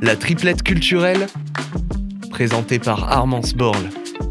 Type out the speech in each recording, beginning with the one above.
La triplette culturelle, présentée par Armance Borle.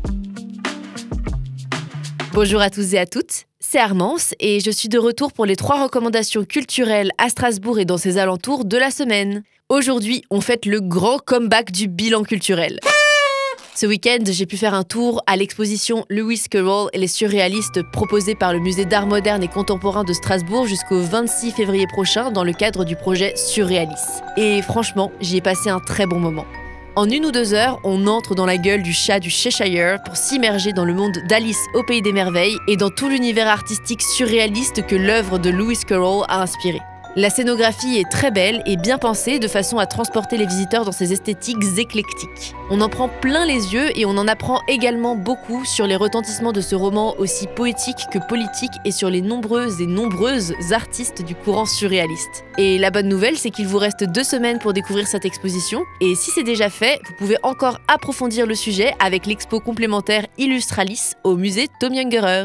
Bonjour à tous et à toutes, c'est Armance et je suis de retour pour les 3 recommandations culturelles à Strasbourg et dans ses alentours de la semaine. Aujourd'hui, on fête le grand comeback du bilan culturel. Ce week-end, j'ai pu faire un tour à l'exposition Lewis Carroll et les surréalistes proposée par le Musée d'art moderne et contemporain de Strasbourg jusqu'au 26 février prochain dans le cadre du projet Surréalis. Et franchement, j'y ai passé un très bon moment. En 1 ou 2 heures, on entre dans la gueule du chat du Cheshire pour s'immerger dans le monde d'Alice au Pays des Merveilles et dans tout l'univers artistique surréaliste que l'œuvre de Lewis Carroll a inspiré. La scénographie est très belle et bien pensée de façon à transporter les visiteurs dans ses esthétiques éclectiques. On en prend plein les yeux et on en apprend également beaucoup sur les retentissements de ce roman aussi poétique que politique et sur les nombreuses artistes du courant surréaliste. Et la bonne nouvelle, c'est qu'il vous reste 2 semaines pour découvrir cette exposition et si c'est déjà fait, vous pouvez encore approfondir le sujet avec l'expo complémentaire Illustralis au musée Tom Ungerer.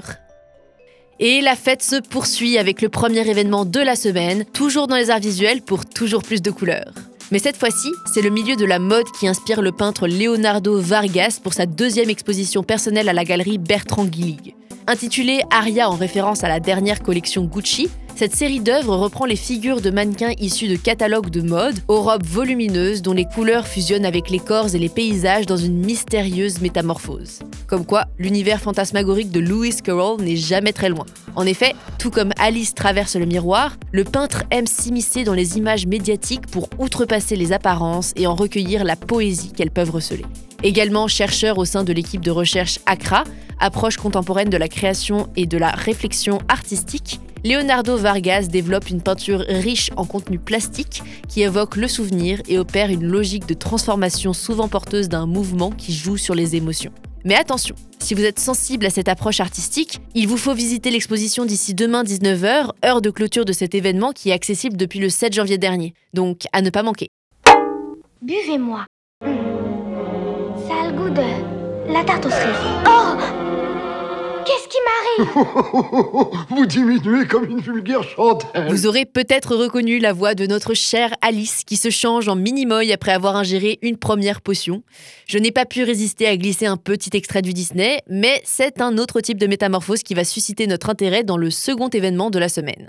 Et la fête se poursuit avec le premier événement de la semaine, toujours dans les arts visuels pour toujours plus de couleurs. Mais cette fois-ci, c'est le milieu de la mode qui inspire le peintre Leonardo Vargas pour sa 2e exposition personnelle à la galerie Bertrand Guillig. Intitulée Aria en référence à la dernière collection Gucci, cette série d'œuvres reprend les figures de mannequins issus de catalogues de mode aux robes volumineuses dont les couleurs fusionnent avec les corps et les paysages dans une mystérieuse métamorphose. Comme quoi, l'univers fantasmagorique de Lewis Carroll n'est jamais très loin. En effet, tout comme Alice traverse le miroir, le peintre aime s'immiscer dans les images médiatiques pour outrepasser les apparences et en recueillir la poésie qu'elles peuvent receler. Également chercheur au sein de l'équipe de recherche ACRA, approche contemporaine de la création et de la réflexion artistique, Leonardo Vargas développe une peinture riche en contenu plastique qui évoque le souvenir et opère une logique de transformation souvent porteuse d'un mouvement qui joue sur les émotions. Mais attention, si vous êtes sensible à cette approche artistique, il vous faut visiter l'exposition d'ici demain 19h, heure de clôture de cet événement qui est accessible depuis le 7 janvier dernier. Donc à ne pas manquer. Buvez-moi. Ça a le goût de la tarte aux cerises. Oh! Qu'est-ce qui m'arrive? Vous diminuez comme une vulgaire chandelle. Vous aurez peut-être reconnu la voix de notre chère Alice qui se change en mini-moy après avoir ingéré une première potion. Je n'ai pas pu résister à glisser un petit extrait du Disney, mais c'est un autre type de métamorphose qui va susciter notre intérêt dans le second événement de la semaine.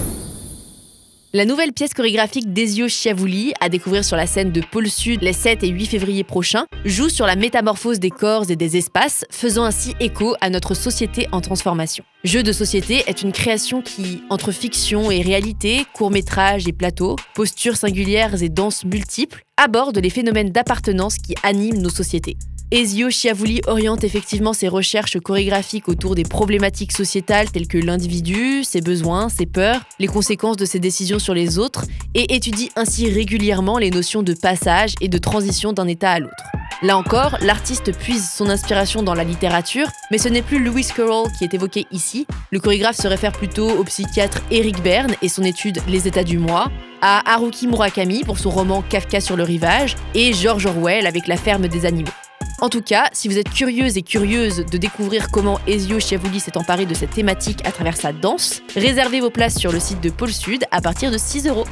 La nouvelle pièce chorégraphique d'Ezio Schiavulli, à découvrir sur la scène de Pôle Sud les 7 et 8 février prochains, joue sur la métamorphose des corps et des espaces, faisant ainsi écho à notre société en transformation. Jeu de société est une création qui, entre fiction et réalité, courts-métrages et plateaux, postures singulières et danses multiples, aborde les phénomènes d'appartenance qui animent nos sociétés. Ezio Schiavulli oriente effectivement ses recherches chorégraphiques autour des problématiques sociétales telles que l'individu, ses besoins, ses peurs, les conséquences de ses décisions sur les autres, et étudie ainsi régulièrement les notions de passage et de transition d'un état à l'autre. Là encore, l'artiste puise son inspiration dans la littérature, mais ce n'est plus Lewis Carroll qui est évoqué ici. Le chorégraphe se réfère plutôt au psychiatre Eric Berne et son étude Les états du moi, à Haruki Murakami pour son roman Kafka sur le rivage, et George Orwell avec La ferme des animaux. En tout cas, si vous êtes curieuse de découvrir comment Ezio Schiavulli s'est emparé de cette thématique à travers sa danse, réservez vos places sur le site de Pôle Sud à partir de 6€.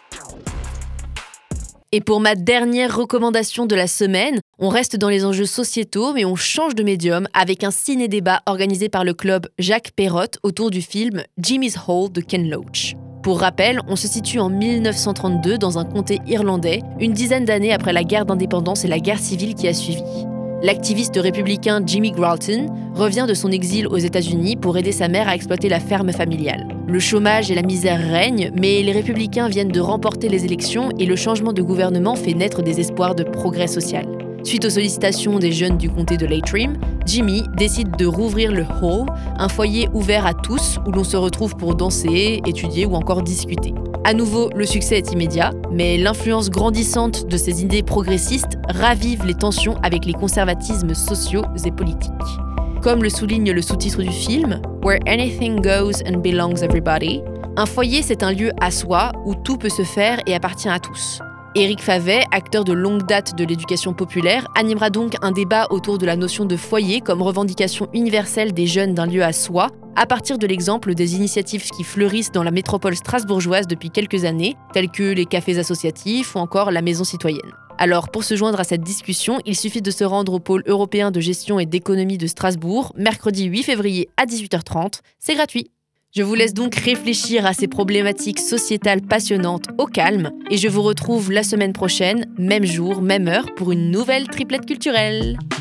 Et pour ma dernière recommandation de la semaine, on reste dans les enjeux sociétaux mais on change de médium avec un ciné-débat organisé par le club Jacques Perrotte autour du film Jimmy's Hole de Ken Loach. Pour rappel, on se situe en 1932 dans un comté irlandais, une dizaine d'années après la guerre d'indépendance et la guerre civile qui a suivi. L'activiste républicain Jimmy Gralton revient de son exil aux États-Unis pour aider sa mère à exploiter la ferme familiale. Le chômage et la misère règnent, mais les républicains viennent de remporter les élections et le changement de gouvernement fait naître des espoirs de progrès social. Suite aux sollicitations des jeunes du comté de Leitrim, Jimmy décide de rouvrir le Hall, un foyer ouvert à tous où l'on se retrouve pour danser, étudier ou encore discuter. À nouveau, le succès est immédiat, mais l'influence grandissante de ces idées progressistes ravive les tensions avec les conservatismes sociaux et politiques. Comme le souligne le sous-titre du film, « Where anything goes and belongs everybody », un foyer c'est un lieu à soi où tout peut se faire et appartient à tous. Éric Favet, acteur de longue date de l'éducation populaire, animera donc un débat autour de la notion de foyer comme revendication universelle des jeunes d'un lieu à soi, à partir de l'exemple des initiatives qui fleurissent dans la métropole strasbourgeoise depuis quelques années, telles que les cafés associatifs ou encore la maison citoyenne. Alors pour se joindre à cette discussion, il suffit de se rendre au pôle européen de gestion et d'économie de Strasbourg, mercredi 8 février à 18h30, c'est gratuit. Je vous laisse donc réfléchir à ces problématiques sociétales passionnantes au calme et je vous retrouve la semaine prochaine, même jour, même heure, pour une nouvelle triplette culturelle.